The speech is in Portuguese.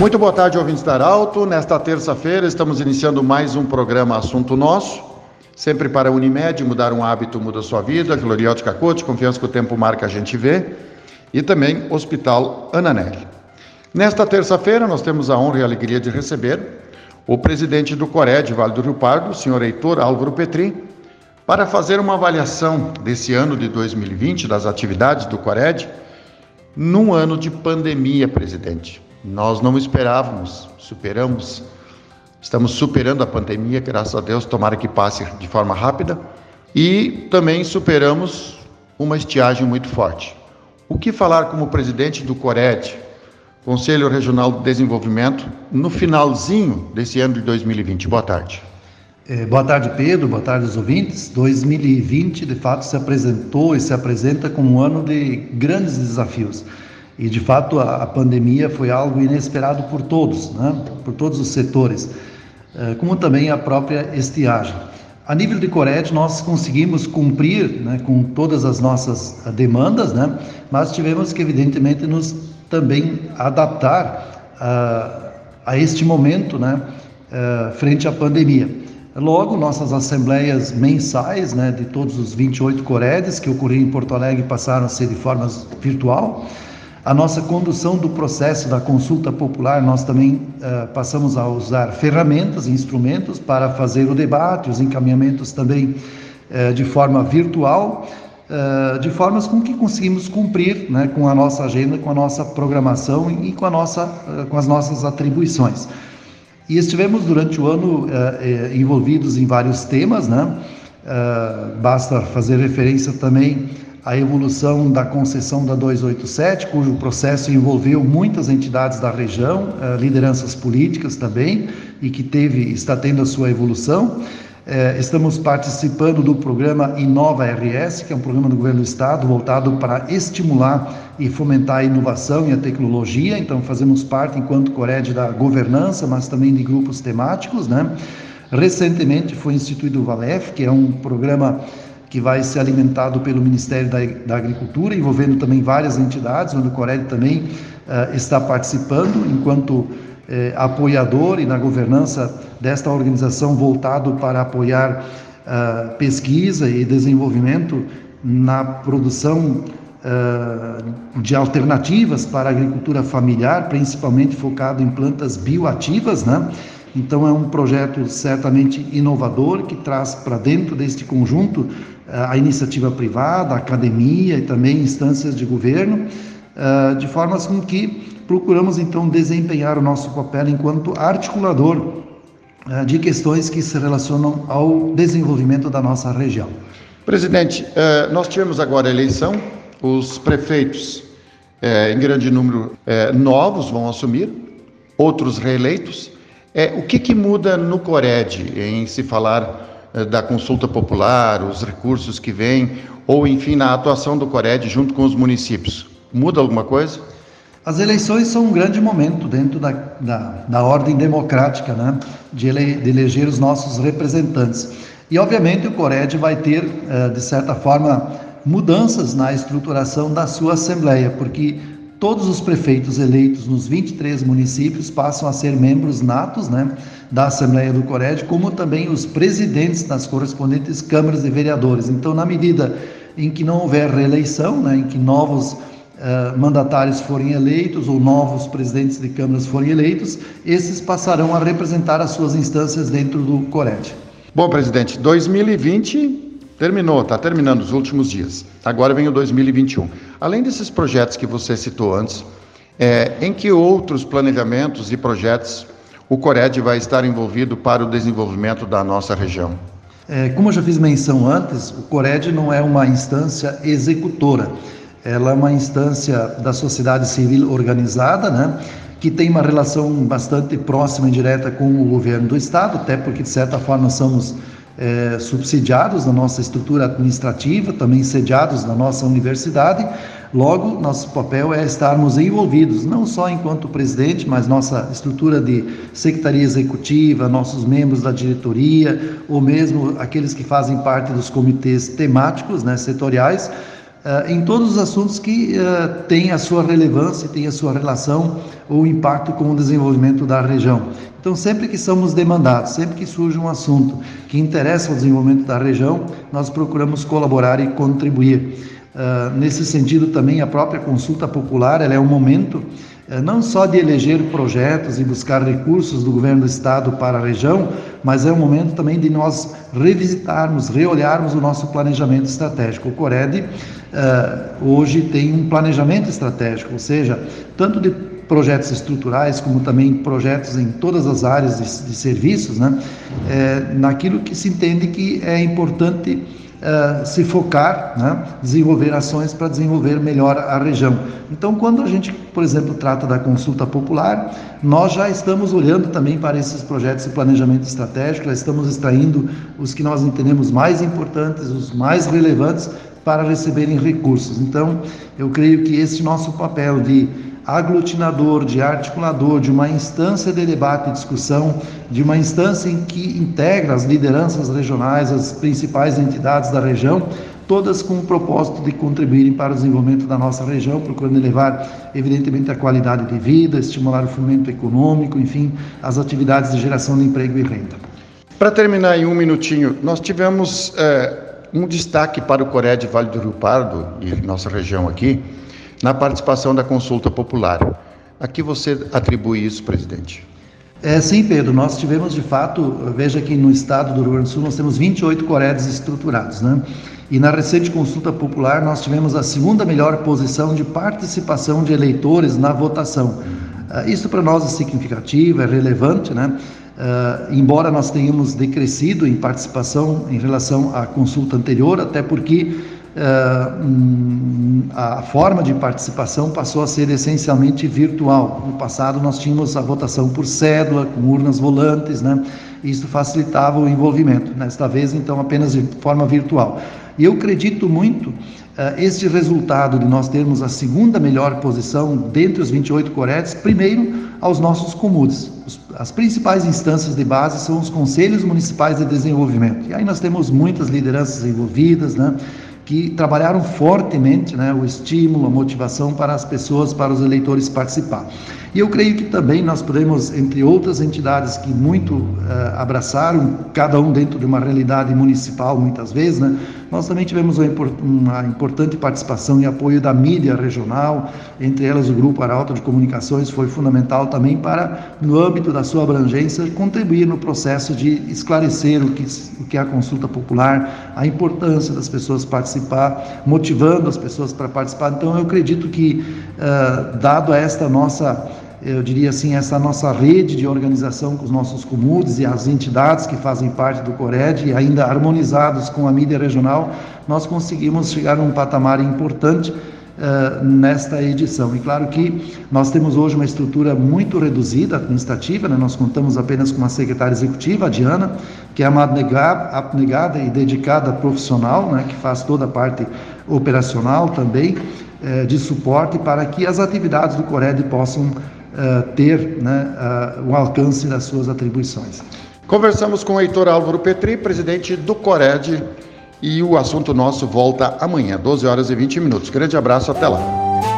Muito boa tarde, ouvintes da Arauto. Nesta terça-feira estamos iniciando mais um programa Assunto Nosso, sempre para a Unimed, mudar um hábito muda a sua vida, Gloriótica Coach, confiança que o tempo marca a gente vê, e também Hospital Ananelli. Nesta terça-feira nós temos a honra e a alegria de receber o presidente do CORED, Vale do Rio Pardo, o senhor Heitor Álvaro Petri, para fazer uma avaliação desse ano de 2020, das atividades do CORED, num ano de pandemia, presidente. Nós não esperávamos, estamos superando a pandemia, graças a Deus, tomara que passe de forma rápida, e também superamos uma estiagem muito forte. O que falar como presidente do CORED, Conselho Regional de Desenvolvimento, no finalzinho desse ano de 2020? Boa tarde. Boa tarde, Pedro, boa tarde aos ouvintes. 2020, de fato, se apresentou e se apresenta como um ano de grandes desafios. E, de fato, a pandemia foi algo inesperado por todos, né? Por todos os setores, como também a própria estiagem. A nível de CORED, nós conseguimos cumprir, né, com todas as nossas demandas, né? Mas tivemos que, evidentemente, nos também adaptar a este momento, né, frente à pandemia. Logo, nossas assembleias mensais, né, de todos os 28 COREDs que ocorriam em Porto Alegre passaram a ser de forma virtual. A nossa condução do processo da consulta popular, nós também passamos a usar ferramentas, instrumentos para fazer o debate, os encaminhamentos também de forma virtual, de formas com que conseguimos cumprir, né, com a nossa agenda, com a nossa programação e com as nossas atribuições. E estivemos durante o ano envolvidos em vários temas, né? Basta fazer referência também à evolução da concessão da 287, cujo processo envolveu muitas entidades da região, lideranças políticas também, e que está tendo a sua evolução. Estamos participando do programa Inova RS, que é um programa do governo do estado voltado para estimular e fomentar a inovação e a tecnologia. Então fazemos parte, enquanto CORED, da governança, mas também de grupos temáticos, né? Recentemente foi instituído o VALEF, que é um programa que vai ser alimentado pelo Ministério da Agricultura, envolvendo também várias entidades, onde o CORED também está participando, enquanto apoiador e na governança desta organização voltado para apoiar pesquisa e desenvolvimento na produção de alternativas para a agricultura familiar, principalmente focado em plantas bioativas, né? Então é um projeto certamente inovador que traz para dentro deste conjunto a iniciativa privada, a academia e também instâncias de governo, de formas com que procuramos então desempenhar o nosso papel enquanto articulador de questões que se relacionam ao desenvolvimento da nossa região. Presidente, nós tivemos agora a eleição, os prefeitos em grande número novos vão assumir, outros reeleitos. O que muda no CORED em se falar da consulta popular, os recursos que vêm, ou enfim, na atuação do CORED junto com os municípios? Muda alguma coisa? As eleições são um grande momento dentro da ordem democrática, né, de eleger os nossos representantes. E, obviamente, o CORED vai ter, de certa forma, mudanças na estruturação da sua Assembleia, porque todos os prefeitos eleitos nos 23 municípios passam a ser membros natos, né, da Assembleia do CORED, como também os presidentes das correspondentes câmaras de vereadores. Então, na medida em que não houver reeleição, né, em que novos mandatários forem eleitos ou novos presidentes de câmaras forem eleitos, esses passarão a representar as suas instâncias dentro do CORED. Bom, presidente, 2020 está terminando os últimos dias. Agora vem o 2021. Além desses projetos que você citou antes, em que outros planejamentos e projetos o CORED vai estar envolvido para o desenvolvimento da nossa região? Como eu já fiz menção antes, o CORED não é uma instância executora. Ela é uma instância da sociedade civil organizada, né, que tem uma relação bastante próxima e direta com o governo do estado, até porque, de certa forma, somos subsidiados na nossa estrutura administrativa, também sediados na nossa universidade. Logo, nosso papel é estarmos envolvidos, não só enquanto presidente, mas nossa estrutura de secretaria executiva, nossos membros da diretoria, ou mesmo aqueles que fazem parte dos comitês temáticos, né, setoriais, em todos os assuntos que têm a sua relevância, têm a sua relação ou impacto com o desenvolvimento da região. Então, sempre que somos demandados, sempre que surge um assunto que interessa ao desenvolvimento da região, nós procuramos colaborar e contribuir. Nesse sentido, também a própria consulta popular, ela é um momento não só de eleger projetos e buscar recursos do governo do estado para a região, mas é um momento também de nós revisitarmos, reolharmos o nosso planejamento estratégico. O Cored hoje tem um planejamento estratégico, ou seja, tanto de projetos estruturais, como também projetos em todas as áreas de serviços, né? Naquilo que se entende que é importante se focar, né? Desenvolver ações para desenvolver melhor a região. Então, quando a gente, por exemplo, trata da consulta popular, nós já estamos olhando também para esses projetos de planejamento estratégico, já estamos extraindo os que nós entendemos mais importantes, os mais relevantes, para receberem recursos. Então, eu creio que esse nosso papel de aglutinador, de articulador, de uma instância de debate e discussão, de uma instância em que integra as lideranças regionais, as principais entidades da região, todas com o propósito de contribuírem para o desenvolvimento da nossa região, procurando elevar, evidentemente, a qualidade de vida, estimular o fomento econômico, enfim, as atividades de geração de emprego e renda. Para terminar em um minutinho, nós tivemos um destaque para o Cored Vale do Rio Pardo e nossa região aqui, na participação da consulta popular. A que você atribui isso, presidente? Sim, Pedro, nós tivemos de fato, veja que no estado do Rio Grande do Sul nós temos 28 Coreds estruturados, né? E na recente consulta popular nós tivemos a segunda melhor posição de participação de eleitores na votação. Isso para nós é significativo, é relevante, né? Embora nós tenhamos decrescido em participação em relação à consulta anterior, até porque a forma de participação passou a ser essencialmente virtual. No passado nós tínhamos a votação por cédula, com urnas volantes, né? Isso facilitava o envolvimento. Nesta vez, então, apenas de forma virtual. E eu acredito muito este resultado de nós termos a segunda melhor posição dentre os 28 Coreds, primeiro aos nossos comudes. As principais instâncias de base são os conselhos municipais de desenvolvimento. E aí nós temos muitas lideranças envolvidas, né? Que trabalharam fortemente, né, o estímulo, a motivação para as pessoas, para os eleitores participar. E eu creio que também nós podemos, entre outras entidades que muito abraçaram, cada um dentro de uma realidade municipal, muitas vezes, né, nós também tivemos uma importante participação e apoio da mídia regional, entre elas o Grupo Arauto de Comunicações foi fundamental também para, no âmbito da sua abrangência, contribuir no processo de esclarecer o que é a consulta popular, a importância das pessoas participar, motivando as pessoas para participar. Então, eu acredito que, dado esta nossa, eu diria assim, essa nossa rede de organização com os nossos comudes e as entidades que fazem parte do Cored, e ainda harmonizados com a mídia regional, nós conseguimos chegar a um patamar importante nesta edição. E claro que nós temos hoje uma estrutura muito reduzida, administrativa, né? Nós contamos apenas com uma secretária executiva, a Diana, que é uma abnegada e dedicada profissional, né? Que faz toda a parte operacional também, de suporte para que as atividades do Cored possam ter, né, o alcance das suas atribuições. Conversamos com o Heitor Álvaro Petri, presidente do Cored, e o assunto nosso volta amanhã, 12 horas e 20 minutos. Grande abraço, até lá.